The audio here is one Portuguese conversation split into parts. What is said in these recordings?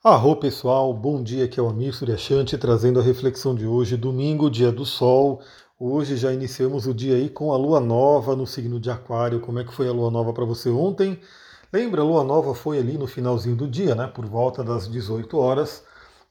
Arro pessoal, bom dia, aqui é o Amir Suryashanti trazendo a reflexão de hoje, domingo, dia do sol. Hoje já iniciamos o dia aí com a lua nova no signo de Aquário. Como é que foi a lua nova para você ontem? Lembra, a lua nova foi ali no finalzinho do dia, né, por volta das 18 horas.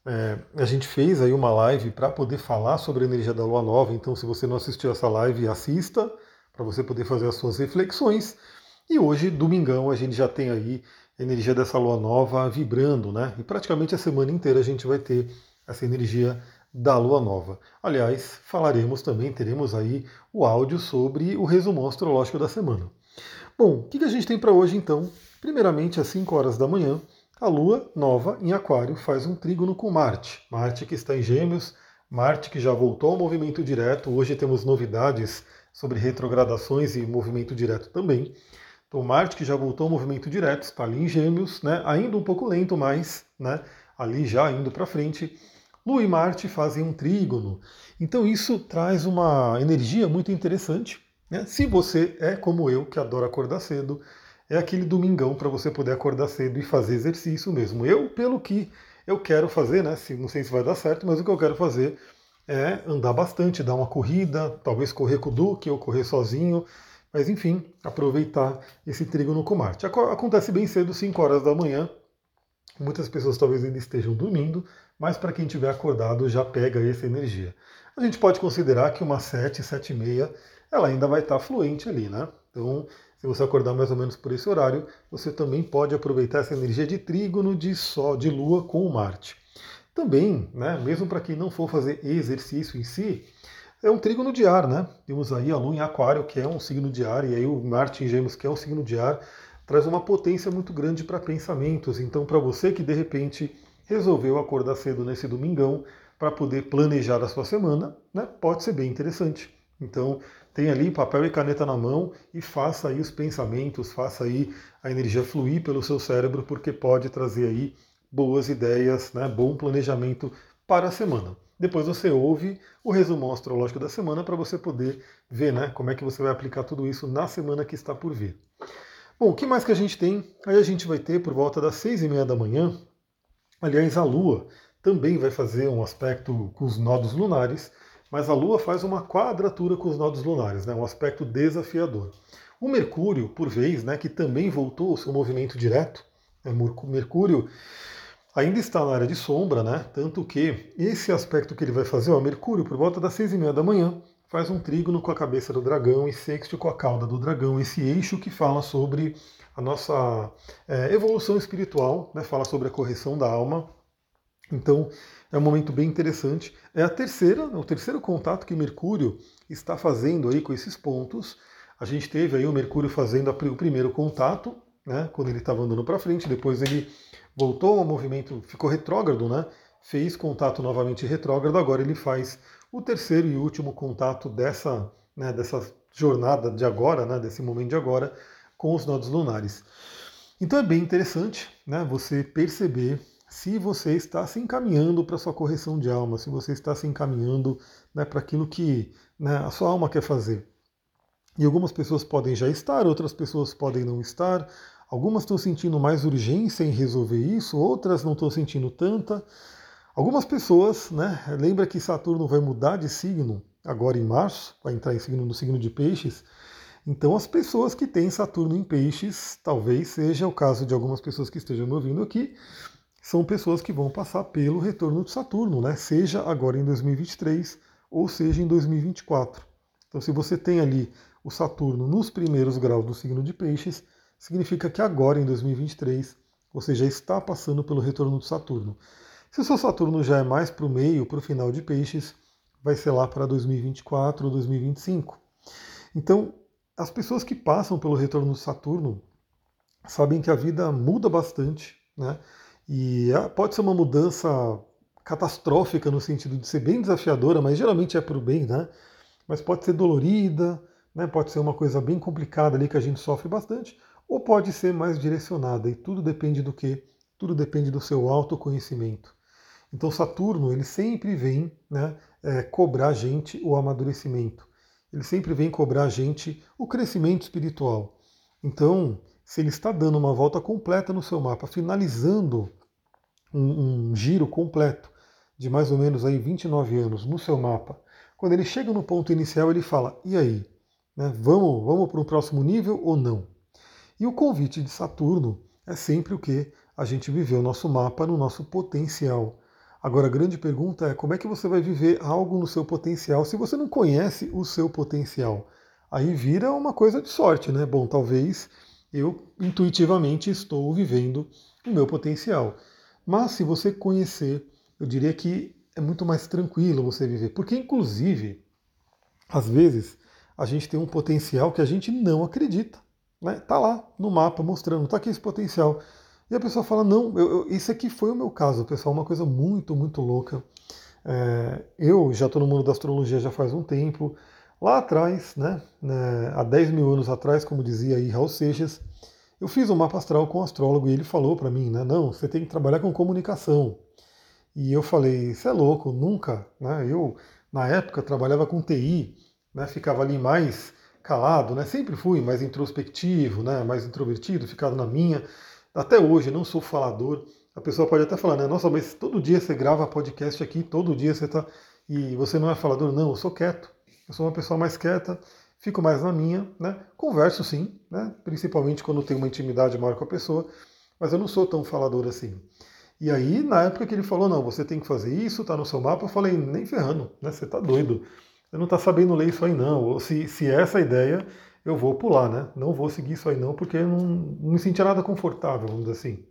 A gente fez aí uma live para poder falar sobre a energia da lua nova, então se você não assistiu essa live, assista para você poder fazer as suas reflexões. E hoje, domingão, a gente já tem aí a energia dessa lua nova vibrando, né? E praticamente a semana inteira a gente vai ter essa energia da lua nova. Aliás, falaremos também, teremos aí o áudio sobre o resumo astrológico da semana. Bom, o que a gente tem para hoje então? Primeiramente, às 5 horas da manhã, a lua nova em Aquário faz um trígono com Marte. Marte que está em Gêmeos, Marte que já voltou ao movimento direto. Hoje temos novidades sobre retrogradações e movimento direto também. Então, Marte, que já voltou ao movimento direto, está ali em Gêmeos, né? Ainda um pouco lento, mas né? Ali já indo para frente. Lua e Marte fazem um trígono. Então, isso traz uma energia muito interessante. Né? Se você é como eu, que adora acordar cedo, é aquele domingão para você poder acordar cedo e fazer exercício mesmo. Eu, pelo que eu quero fazer, né? Não sei se vai dar certo, mas o que eu quero fazer é andar bastante, dar uma corrida, talvez correr com o Duque ou correr sozinho. Mas enfim, aproveitar esse trígono com Marte. Acontece bem cedo, 5 horas da manhã. Muitas pessoas talvez ainda estejam dormindo, mas para quem tiver acordado já pega essa energia. A gente pode considerar que umas 7, 7 e meia, ela ainda vai estar fluente ali, né? Então, se você acordar mais ou menos por esse horário, você também pode aproveitar essa energia de trígono de Sol, de Lua com o Marte. Também, né, mesmo para quem não for fazer exercício em si, é um trígono de ar, né? Temos aí a Lua em Aquário, que é um signo de ar, e aí o Marte em Gêmeos, que é um signo de ar, traz uma potência muito grande para pensamentos. Então, para você que de repente resolveu acordar cedo nesse domingão para poder planejar a sua semana, né, pode ser bem interessante. Então, tem ali papel e caneta na mão e faça aí os pensamentos, faça aí a energia fluir pelo seu cérebro, porque pode trazer aí boas ideias, né, bom planejamento para a semana. Depois você ouve o resumo astrológico da semana para você poder ver, né, como é que você vai aplicar tudo isso na semana que está por vir. Bom, o que mais que a gente tem? Aí a gente vai ter por volta das 6h30 da manhã, aliás, a Lua também vai fazer um aspecto com os nodos lunares, mas a Lua faz uma quadratura com os nodos lunares, né, um aspecto desafiador. O Mercúrio, por vez, né, que também voltou ao seu movimento direto, né, Mercúrio ainda está na área de sombra, né? Tanto que esse aspecto que ele vai fazer, ó, Mercúrio, por volta das 6h30 da manhã, faz um trígono com a cabeça do dragão e sexto com a cauda do dragão, esse eixo que fala sobre a nossa evolução espiritual, né? Fala sobre a correção da alma. Então é um momento bem interessante. É o terceiro contato que Mercúrio está fazendo aí com esses pontos. A gente teve aí o Mercúrio fazendo o primeiro contato, né? Quando ele estava andando para frente, depois ele voltou ao movimento, ficou retrógrado, né? Fez contato novamente retrógrado, agora ele faz o terceiro e último contato dessa jornada de agora, né? Desse momento de agora, com os nodos lunares. Então é bem interessante, né? Você perceber se você está se encaminhando para a sua correção de alma, se você está se encaminhando, né, para aquilo que, né, a sua alma quer fazer. E algumas pessoas podem já estar, outras pessoas podem não estar. Algumas estão sentindo mais urgência em resolver isso, outras não estão sentindo tanta. Algumas pessoas, né? Lembra que Saturno vai mudar de signo agora em março, vai entrar no signo de Peixes. Então as pessoas que têm Saturno em Peixes, talvez seja o caso de algumas pessoas que estejam me ouvindo aqui, são pessoas que vão passar pelo retorno de Saturno, né? Seja agora em 2023 ou seja em 2024. Então se você tem ali o Saturno nos primeiros graus do signo de Peixes, significa que agora em 2023 você já está passando pelo retorno de Saturno. Se o seu Saturno já é mais para o meio, para o final de Peixes, vai ser lá para 2024 ou 2025. Então, as pessoas que passam pelo retorno de Saturno sabem que a vida muda bastante, né? E pode ser uma mudança catastrófica no sentido de ser bem desafiadora, mas geralmente é para o bem, né? Mas pode ser dolorida, né? Pode ser uma coisa bem complicada ali que a gente sofre bastante, ou pode ser mais direcionada, e tudo depende do quê? Tudo depende do seu autoconhecimento. Então Saturno, ele sempre vem, né, cobrar a gente o amadurecimento. Ele sempre vem cobrar a gente o crescimento espiritual. Então, se ele está dando uma volta completa no seu mapa, finalizando um giro completo de mais ou menos aí 29 anos no seu mapa, quando ele chega no ponto inicial, ele fala: e aí? Né, vamos para um próximo nível ou não? E o convite de Saturno é sempre o que? A gente viver o nosso mapa no nosso potencial. Agora, a grande pergunta é como é que você vai viver algo no seu potencial se você não conhece o seu potencial? Aí vira uma coisa de sorte, né? Bom, talvez eu intuitivamente estou vivendo o meu potencial. Mas se você conhecer, eu diria que é muito mais tranquilo você viver. Porque, inclusive, às vezes, a gente tem um potencial que a gente não acredita. Né? Tá lá no mapa mostrando, tá aqui esse potencial. E a pessoa fala, não, isso aqui foi o meu caso, pessoal, uma coisa muito, muito louca. Eu já estou no mundo da astrologia já faz um tempo. Lá atrás, há 10 mil anos atrás, como dizia aí Raul Seixas, eu fiz um mapa astral com um astrólogo e ele falou para mim, né, não, você tem que trabalhar com comunicação. E eu falei, você é louco, nunca. Né? Eu, na época, trabalhava com TI, né, ficava ali mais calado, né, sempre fui mais introspectivo, né, mais introvertido, ficava na minha. Até hoje, não sou falador. A pessoa pode até falar, né, nossa, mas todo dia você grava podcast aqui, todo dia você está. E você não é falador? Não, eu sou quieto. Eu sou uma pessoa mais quieta, fico mais na minha, né? Converso sim, né? Principalmente quando tenho uma intimidade maior com a pessoa, mas eu não sou tão falador assim. E aí, na época que ele falou, não, você tem que fazer isso, tá no seu mapa, eu falei, nem ferrando, né? Você tá doido. Você não tá sabendo ler isso aí não. Ou se é essa a ideia, eu vou pular, né? Não vou seguir isso aí não, porque eu não me sentia nada confortável, vamos dizer assim.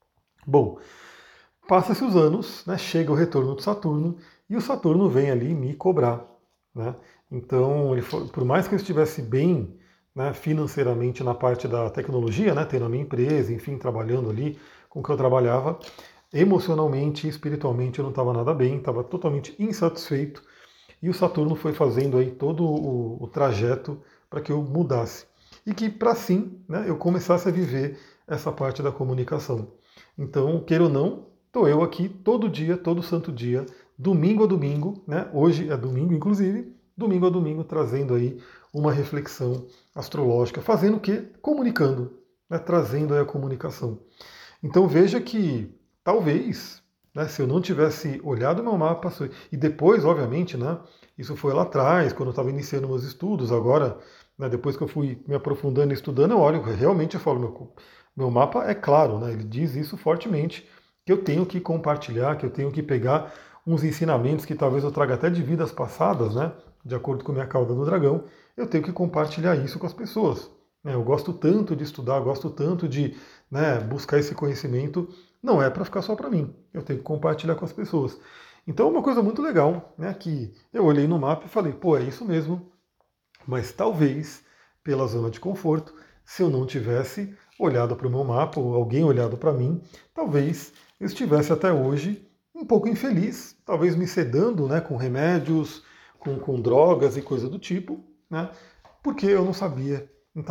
Bom, passa-se os anos, né? Chega o retorno de Saturno, e o Saturno vem ali me cobrar, né? Então, por mais que eu estivesse bem, né, financeiramente na parte da tecnologia, né, tendo a minha empresa, enfim, trabalhando ali com o que eu trabalhava, emocionalmente e espiritualmente eu não estava nada bem, estava totalmente insatisfeito e o Saturno foi fazendo aí todo o trajeto para que eu mudasse e que para sim, né, eu começasse a viver essa parte da comunicação. Então, queira ou não, estou eu aqui todo dia, todo santo dia, domingo a domingo, né? Hoje é domingo, inclusive, domingo a domingo, trazendo aí uma reflexão astrológica, fazendo o quê? Comunicando, né? Trazendo aí a comunicação. Então veja que talvez, né, se eu não tivesse olhado meu mapa, e depois, obviamente, né, isso foi lá atrás, quando eu estava iniciando meus estudos, agora, né, depois que eu fui me aprofundando e estudando, eu olho, realmente eu falo, meu mapa é claro, né, ele diz isso fortemente, que eu tenho que compartilhar, que eu tenho que pegar uns ensinamentos que talvez eu traga até de vidas passadas, né, de acordo com a minha cauda do dragão, eu tenho que compartilhar isso com as pessoas. Eu gosto tanto de estudar, gosto tanto de, né, buscar esse conhecimento, não é para ficar só para mim. Eu tenho que compartilhar com as pessoas. Então é uma coisa muito legal, né, que eu olhei no mapa e falei, pô, é isso mesmo, mas talvez, pela zona de conforto, se eu não tivesse olhado para o meu mapa, ou alguém olhado para mim, talvez eu estivesse até hoje um pouco infeliz, talvez me sedando, né, com remédios, com drogas e coisa do tipo, né, porque eu não sabia,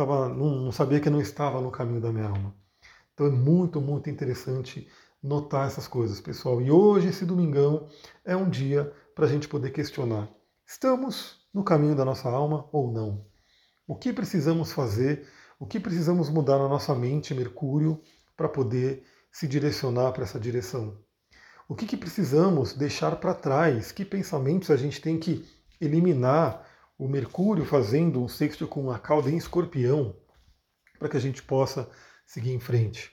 não sabia que eu não estava no caminho da minha alma. Então é muito, muito interessante notar essas coisas, pessoal. E hoje, esse domingão, é um dia para a gente poder questionar: estamos no caminho da nossa alma ou não? O que precisamos fazer? O que precisamos mudar na nossa mente, Mercúrio, para poder se direcionar para essa direção? O que precisamos deixar para trás? Que pensamentos a gente tem que eliminar? O Mercúrio fazendo um sexto com a cauda em Escorpião, para que a gente possa seguir em frente.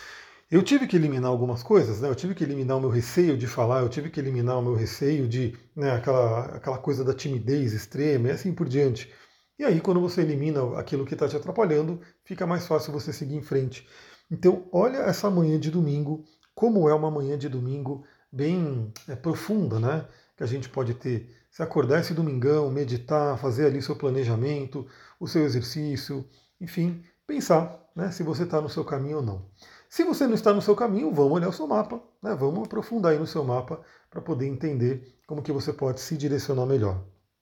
Eu tive que eliminar algumas coisas, né? Eu tive que eliminar o meu receio de falar, eu tive que eliminar o meu receio de, né, aquela coisa da timidez extrema e assim por diante. E aí, quando você elimina aquilo que está te atrapalhando, fica mais fácil você seguir em frente. Então, olha essa manhã de domingo, como é uma manhã de domingo bem profunda, né? Que a gente pode ter. Se acordar esse domingão, meditar, fazer ali seu planejamento, o seu exercício, enfim, pensar, né, se você está no seu caminho ou não. Se você não está no seu caminho, vamos olhar o seu mapa, né? Vamos aprofundar aí no seu mapa para poder entender como que você pode se direcionar melhor.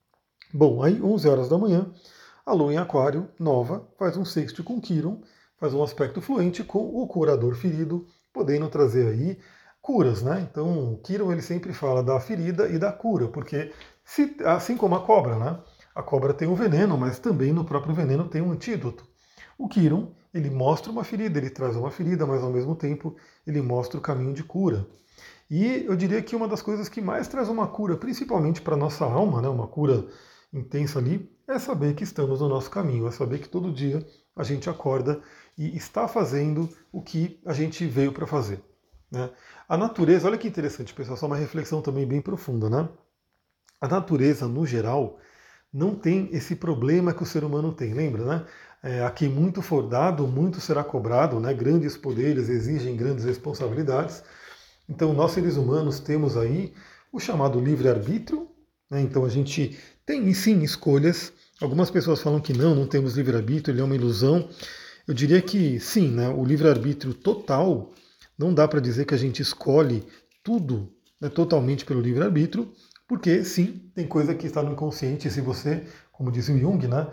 Bom, aí 11 horas da manhã, a Lua em Aquário, nova, faz um sexto com Quiron, faz um aspecto fluente com o curador ferido, podendo trazer aí curas, né? Então, o Quiron ele sempre fala da ferida e da cura, porque assim como a cobra, né? A cobra tem um veneno, mas também no próprio veneno tem um antídoto. O Quiron, ele mostra uma ferida, ele traz uma ferida, mas ao mesmo tempo ele mostra o caminho de cura. E eu diria que uma das coisas que mais traz uma cura, principalmente para a nossa alma, né, uma cura intensa ali, é saber que estamos no nosso caminho, é saber que todo dia a gente acorda e está fazendo o que a gente veio para fazer. Né? A natureza, olha que interessante, pessoal, só uma reflexão também bem profunda, né? A natureza, no geral, não tem esse problema que o ser humano tem, lembra, né? A quem muito for dado, muito será cobrado, né? Grandes poderes exigem grandes responsabilidades. Então, nós seres humanos temos aí o chamado livre-arbítrio, né? Então a gente tem sim escolhas. Algumas pessoas falam que não temos livre-arbítrio, ele é uma ilusão. Eu diria que sim, né? O livre-arbítrio total, não dá para dizer que a gente escolhe tudo, né, totalmente pelo livre-arbítrio, porque sim, tem coisa que está no inconsciente, e se você, como disse o Jung, né,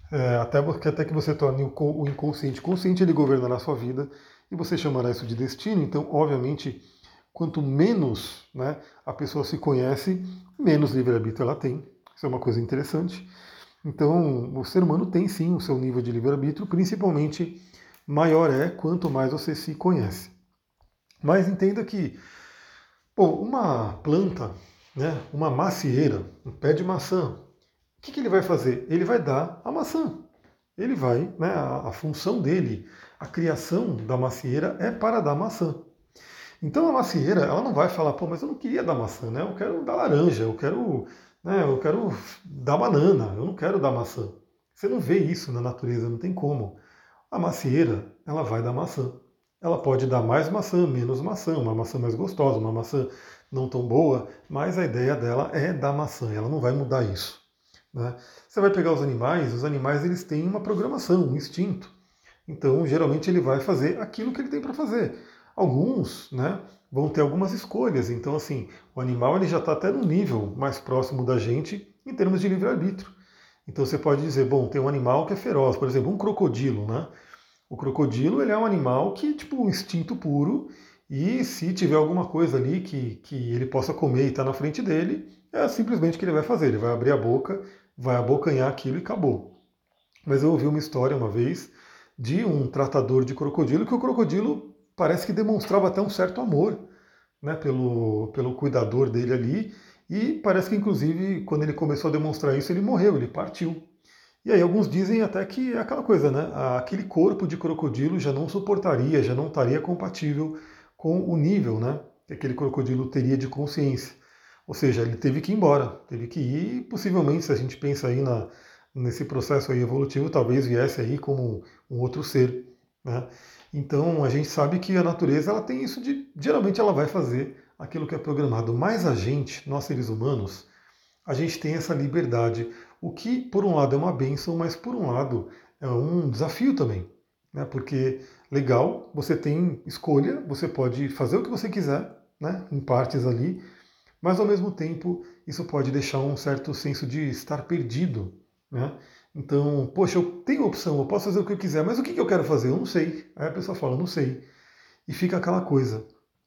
até que você torne o inconsciente consciente, ele governará a sua vida, e você chamará isso de destino. Então, obviamente, quanto menos, né, a pessoa se conhece, menos livre-arbítrio ela tem. Isso é uma coisa interessante. Então, o ser humano tem sim o seu nível de livre-arbítrio, principalmente maior é quanto mais você se conhece. Mas entenda que, pô, uma planta, né, uma macieira, um pé de maçã, o que ele vai fazer? Ele vai dar a maçã. Ele vai, né, a função dele, a criação da macieira é para dar maçã. Então a macieira, ela não vai falar, pô, mas eu não queria dar maçã, né? Eu quero dar laranja, eu quero dar banana, eu não quero dar maçã. Você não vê isso na natureza, não tem como. A macieira, ela vai dar maçã. Ela pode dar mais maçã, menos maçã, uma maçã mais gostosa, uma maçã não tão boa, mas a ideia dela é dar maçã, ela não vai mudar isso. Né? Você vai pegar os animais eles têm uma programação, um instinto. Então, geralmente ele vai fazer aquilo que ele tem para fazer. Alguns, né, vão ter algumas escolhas. Então, assim, o animal ele já está até no nível mais próximo da gente em termos de livre-arbítrio. Então, você pode dizer, bom, tem um animal que é feroz, por exemplo, um crocodilo, né? O crocodilo ele é um animal que, tipo, um instinto puro, e se tiver alguma coisa ali que ele possa comer e está na frente dele, é simplesmente o que ele vai fazer. Ele vai abrir a boca, vai abocanhar aquilo e acabou. Mas eu ouvi uma história uma vez de um tratador de crocodilo que o crocodilo parece que demonstrava até um certo amor, né, pelo cuidador dele ali, e parece que inclusive quando ele começou a demonstrar isso ele morreu, ele partiu. E aí alguns dizem até que é aquela coisa, né, aquele corpo de crocodilo já não suportaria, já não estaria compatível com o nível, né, que aquele crocodilo teria de consciência. Ou seja, ele teve que ir embora, teve que ir, e possivelmente, se a gente pensa aí nesse processo aí evolutivo, talvez viesse aí como um outro ser. Né? Então a gente sabe que a natureza ela tem isso de, geralmente ela vai fazer aquilo que é programado, mas a gente, nós seres humanos, a gente tem essa liberdade, o que por um lado é uma bênção, mas por um lado é um desafio também. Né? Porque legal, você tem escolha, você pode fazer o que você quiser, né? Em partes ali, mas ao mesmo tempo isso pode deixar um certo senso de estar perdido. Né? Então, poxa, eu tenho opção, eu posso fazer o que eu quiser, mas o que eu quero fazer? Eu não sei. Aí a pessoa fala, não sei. E fica aquela coisa.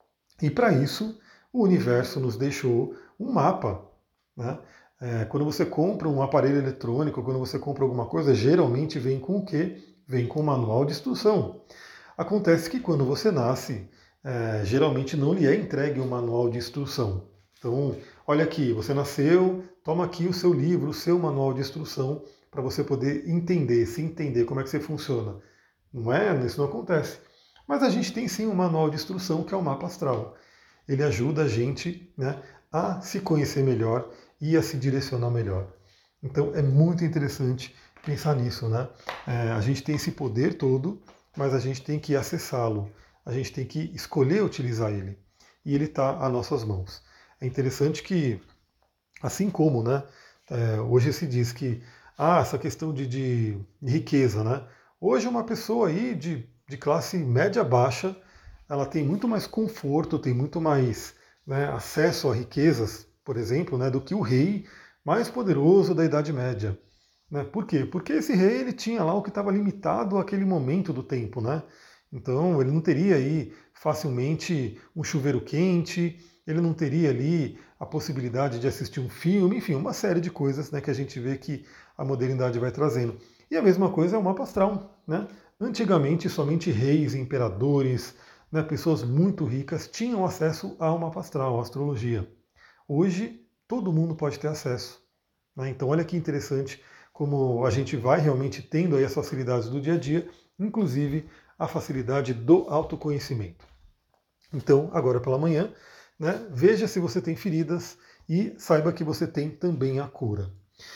E para isso, o universo nos deixou um mapa. Né? Quando você compra um aparelho eletrônico, quando você compra alguma coisa, geralmente vem com o quê? Vem com um manual de instrução. Acontece que quando você nasce, geralmente não lhe é entregue um manual de instrução. Então, olha aqui, você nasceu, toma aqui o seu livro, o seu manual de instrução, para você poder entender, se entender como é que você funciona. Não é? Isso não acontece. Mas a gente tem sim um manual de instrução que é o mapa astral. Ele ajuda a gente, né, a se conhecer melhor e a se direcionar melhor. Então é muito interessante pensar nisso, né? A gente tem esse poder todo, mas a gente tem que acessá-lo. A gente tem que escolher utilizar ele. E ele está às nossas mãos. É interessante que, assim como, né, hoje se diz que essa questão de riqueza, né? Hoje uma pessoa aí de classe média baixa, ela tem muito mais conforto, tem muito mais, né, acesso a riquezas, por exemplo, né, do que o rei mais poderoso da Idade Média. Né? Por quê? Porque esse rei ele tinha lá o que estava limitado àquele momento do tempo. Né? Então ele não teria aí facilmente um chuveiro quente, ele não teria ali a possibilidade de assistir um filme, enfim, uma série de coisas, né, que a gente vê que a modernidade vai trazendo. E a mesma coisa é o mapa astral. Né? Antigamente, somente reis, imperadores, né, pessoas muito ricas tinham acesso ao mapa astral, à astrologia. Hoje, todo mundo pode ter acesso, né? Então, olha que interessante como a gente vai realmente tendo aí as facilidades do dia a dia, inclusive a facilidade do autoconhecimento. Então, agora pela manhã, né, veja se você tem feridas e saiba que você tem também a cura.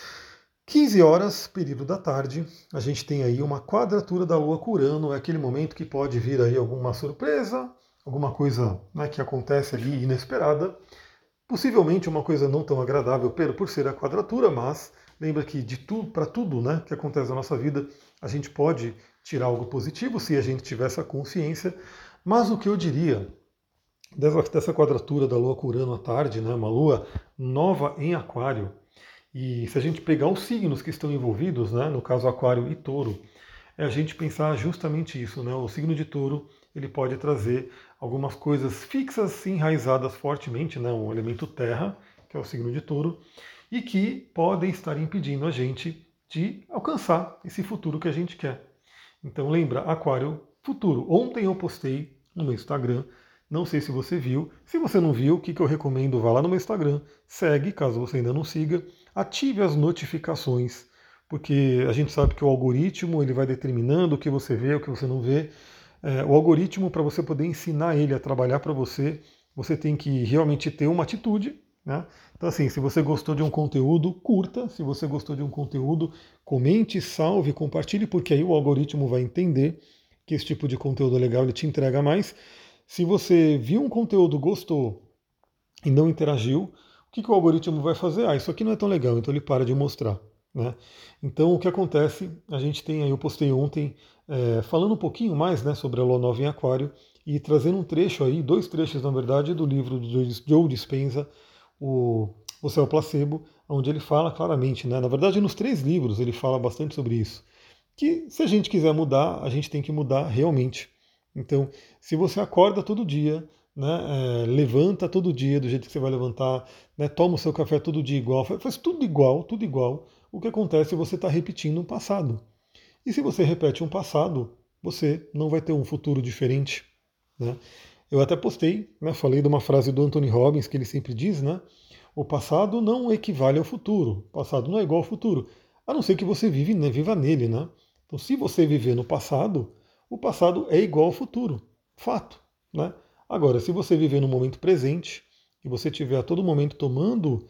15 horas, período da tarde, a gente tem aí uma quadratura da Lua com Urano, é aquele momento que pode vir aí alguma surpresa, alguma coisa, né, que acontece ali inesperada, possivelmente uma coisa não tão agradável por ser a quadratura, mas lembra que de tudo para tudo, né, que acontece na nossa vida, a gente pode tirar algo positivo se a gente tiver essa consciência. Mas o que eu diria dessa quadratura da Lua com Urano à tarde, né, uma Lua nova em Aquário, e se a gente pegar os signos que estão envolvidos, né, no caso Aquário e Touro, é a gente pensar justamente isso, né? O signo de Touro ele pode trazer algumas coisas fixas, enraizadas fortemente, né? Um elemento terra, que é o signo de Touro, e que podem estar impedindo a gente de alcançar esse futuro que a gente quer. Então lembra, Aquário, futuro. Ontem eu postei no meu Instagram, não sei se você viu. Se você não viu, o que eu recomendo? Vá lá no meu Instagram, segue, caso você ainda não siga, ative as notificações, porque a gente sabe que o algoritmo ele vai determinando o que você vê, o que você não vê. O algoritmo, para você poder ensinar ele a trabalhar para você, você tem que realmente ter uma atitude, né? Então, assim, se você gostou de um conteúdo, curta. Se você gostou de um conteúdo, comente, salve, compartilhe, porque aí o algoritmo vai entender que esse tipo de conteúdo é legal, ele te entrega mais. Se você viu um conteúdo, gostou e não interagiu, o que o algoritmo vai fazer? Ah, isso aqui não é tão legal, então ele para de mostrar, né? Então o que acontece? A gente tem aí, eu postei ontem, falando um pouquinho mais, né, sobre a Lua Nova em Aquário e trazendo um trecho aí, dois trechos na verdade, do livro do Joe Dispenza, o Céu Placebo, onde ele fala claramente, né? Na verdade, nos 3 livros ele fala bastante sobre isso. Que se a gente quiser mudar, a gente tem que mudar realmente. Então, se você acorda todo dia, né, levanta todo dia do jeito que você vai levantar, né, toma o seu café todo dia igual, faz tudo igual, o que acontece é você está repetindo um passado. E se você repete um passado, você não vai ter um futuro diferente, né? Eu até postei, né, falei de uma frase do Anthony Robbins que ele sempre diz, né? O passado não equivale ao futuro. O passado não é igual ao futuro. A não ser que você viva nele, né? Então, se você viver no passado, o passado é igual ao futuro. Fato, né? Agora, se você viver no momento presente e você tiver a todo momento tomando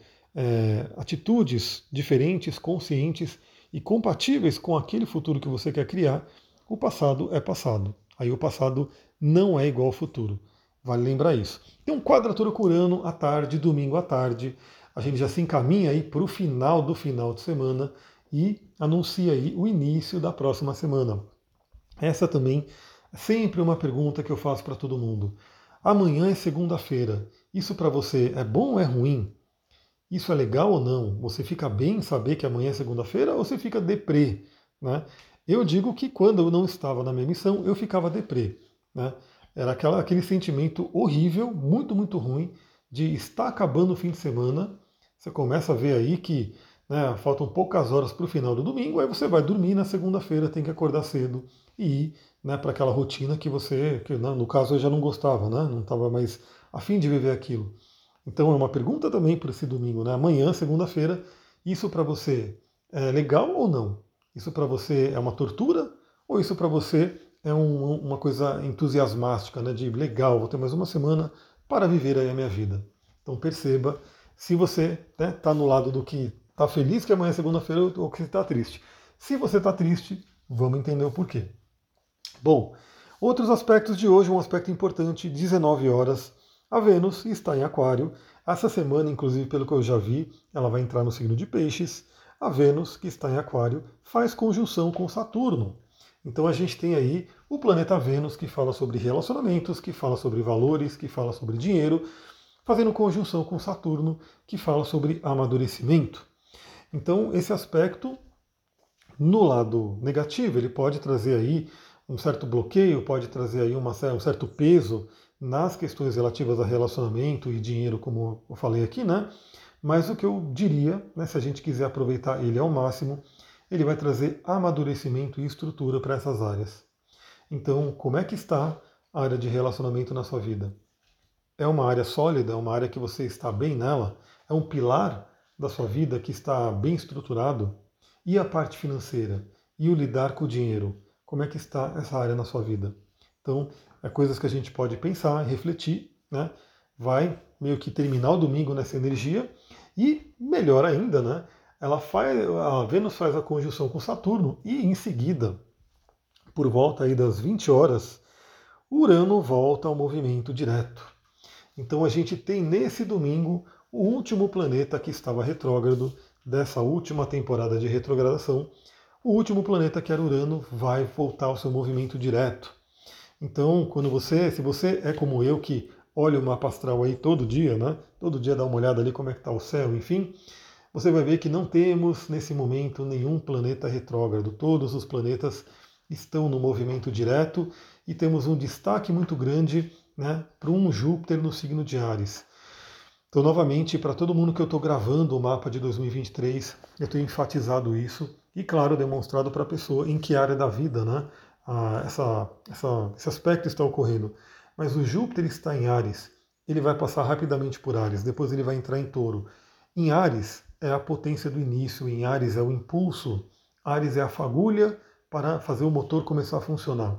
atitudes diferentes, conscientes e compatíveis com aquele futuro que você quer criar, o passado é passado. Aí o passado não é igual ao futuro. Vale lembrar isso. Então, quadratura com Urano à tarde, domingo à tarde. A gente já se encaminha aí para o final do final de semana e anuncia aí o início da próxima semana. Essa também é sempre uma pergunta que eu faço para todo mundo. Amanhã é segunda-feira. Isso para você é bom ou é ruim? Isso é legal ou não? Você fica bem em saber que amanhã é segunda-feira ou você fica deprê, né? Eu digo que quando eu não estava na minha missão, eu ficava deprê, né? Era aquele sentimento horrível, muito, muito ruim, de estar acabando o fim de semana. Você começa a ver aí que, né, faltam poucas horas para o final do domingo, aí você vai dormir na segunda-feira, tem que acordar cedo e ir, né, para aquela rotina que você, que, no caso eu já não gostava, né? Não estava mais a fim de viver aquilo. Então é uma pergunta também para esse domingo, né? Amanhã, segunda-feira, isso para você é legal ou não? Isso para você é uma tortura? Ou isso para você é uma coisa entusiasmática, né? De legal, vou ter mais uma semana para viver aí a minha vida. Então perceba se você está no lado do que está feliz que amanhã é segunda-feira ou que está triste. Se você está triste, vamos entender o porquê. Bom, outros aspectos de hoje, um aspecto importante, 19 horas, a Vênus está em Aquário. Essa semana, inclusive, pelo que eu já vi, ela vai entrar no signo de Peixes. A Vênus, que está em Aquário, faz conjunção com Saturno. Então a gente tem aí o planeta Vênus, que fala sobre relacionamentos, que fala sobre valores, que fala sobre dinheiro, fazendo conjunção com Saturno, que fala sobre amadurecimento. Então esse aspecto, no lado negativo, ele pode trazer aí um certo bloqueio, pode trazer aí um certo peso nas questões relativas a relacionamento e dinheiro, como eu falei aqui, né? Mas o que eu diria, né, se a gente quiser aproveitar ele ao máximo, ele vai trazer amadurecimento e estrutura para essas áreas. Então, como é que está a área de relacionamento na sua vida? É uma área sólida? É uma área que você está bem nela? É um pilar da sua vida que está bem estruturado? E a parte financeira? E o lidar com o dinheiro? Como é que está essa área na sua vida? Então, é coisas que a gente pode pensar, refletir, né? Vai meio que terminar o domingo nessa energia e, melhor ainda, né? A Vênus faz a conjunção com Saturno e, em seguida, por volta aí das 20 horas, Urano volta ao movimento direto. Então a gente tem nesse domingo o último planeta que estava retrógrado dessa última temporada de retrogradação. O último planeta, que era Urano, vai voltar ao seu movimento direto. Então, se você é como eu, que olha o mapa astral aí todo dia, né? Todo dia dá uma olhada ali como é que está o céu, enfim, você vai ver que não temos nesse momento nenhum planeta retrógrado. Todos os planetas estão no movimento direto e temos um destaque muito grande, né, para um Júpiter no signo de Áries. Então, novamente, para todo mundo que eu estou gravando o mapa de 2023, eu tenho enfatizado isso e, claro, demonstrado para a pessoa em que área da vida, né, esse aspecto está ocorrendo. Mas o Júpiter está em Áries, ele vai passar rapidamente por Áries, depois ele vai entrar em Touro. Em Áries é a potência do início, em Áries é o impulso, Áries é a fagulha para fazer o motor começar a funcionar.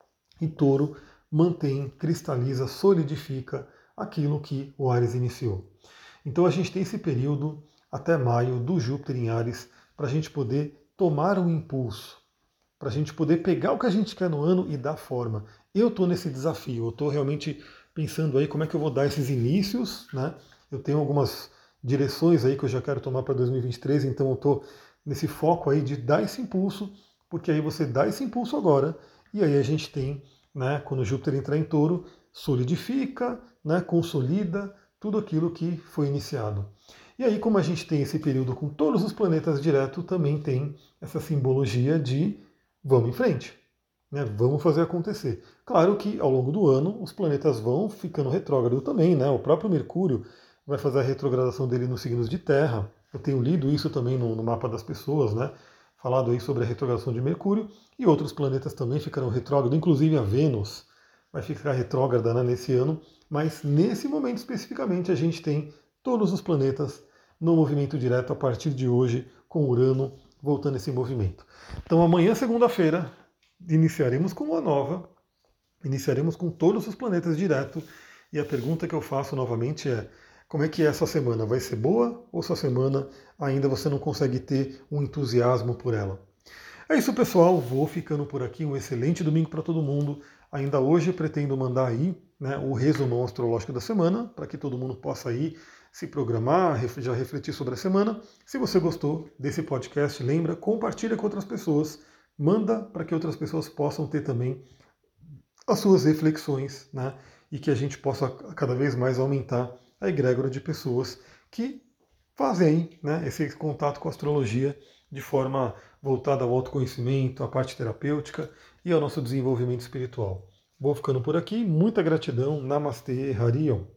E Touro mantém, cristaliza, solidifica aquilo que o Áries iniciou. Então a gente tem esse período até maio do Júpiter em Áries para a gente poder tomar um impulso, para a gente poder pegar o que a gente quer no ano e dar forma. Eu estou nesse desafio, eu estou realmente pensando aí como é que eu vou dar esses inícios, né? Eu tenho algumas direções aí que eu já quero tomar para 2023, então eu estou nesse foco aí de dar esse impulso, porque aí você dá esse impulso agora, e aí a gente tem, né, quando Júpiter entrar em Touro, solidifica, né, consolida tudo aquilo que foi iniciado. E aí, como a gente tem esse período com todos os planetas direto, também tem essa simbologia de vamos em frente, né? Vamos fazer acontecer. Claro que ao longo do ano os planetas vão ficando retrógrado também, né? O próprio Mercúrio vai fazer a retrogradação dele nos signos de Terra. Eu tenho lido isso também no mapa das pessoas, né? Falado aí sobre a retrogradação de Mercúrio, e outros planetas também ficarão retrógrados, inclusive a Vênus vai ficar retrógrada, né, nesse ano, mas nesse momento especificamente a gente tem todos os planetas no movimento direto a partir de hoje, com Urano voltando esse movimento. Então amanhã, segunda-feira, iniciaremos com uma nova, iniciaremos com todos os planetas direto, e a pergunta que eu faço novamente é: como é que é essa semana? Vai ser boa ou essa semana ainda você não consegue ter um entusiasmo por ela? É isso, pessoal. Vou ficando por aqui. Um excelente domingo para todo mundo. Ainda hoje pretendo mandar aí, né, o resumão astrológico da semana, para que todo mundo possa aí se programar, já refletir sobre a semana. Se você gostou desse podcast, lembra, compartilha com outras pessoas, manda para que outras pessoas possam ter também as suas reflexões, né, e que a gente possa cada vez mais aumentar a egrégora de pessoas que fazem, né, esse contato com a astrologia de forma voltada ao autoconhecimento, à parte terapêutica e ao nosso desenvolvimento espiritual. Vou ficando por aqui. Muita gratidão. Namastê, Harion.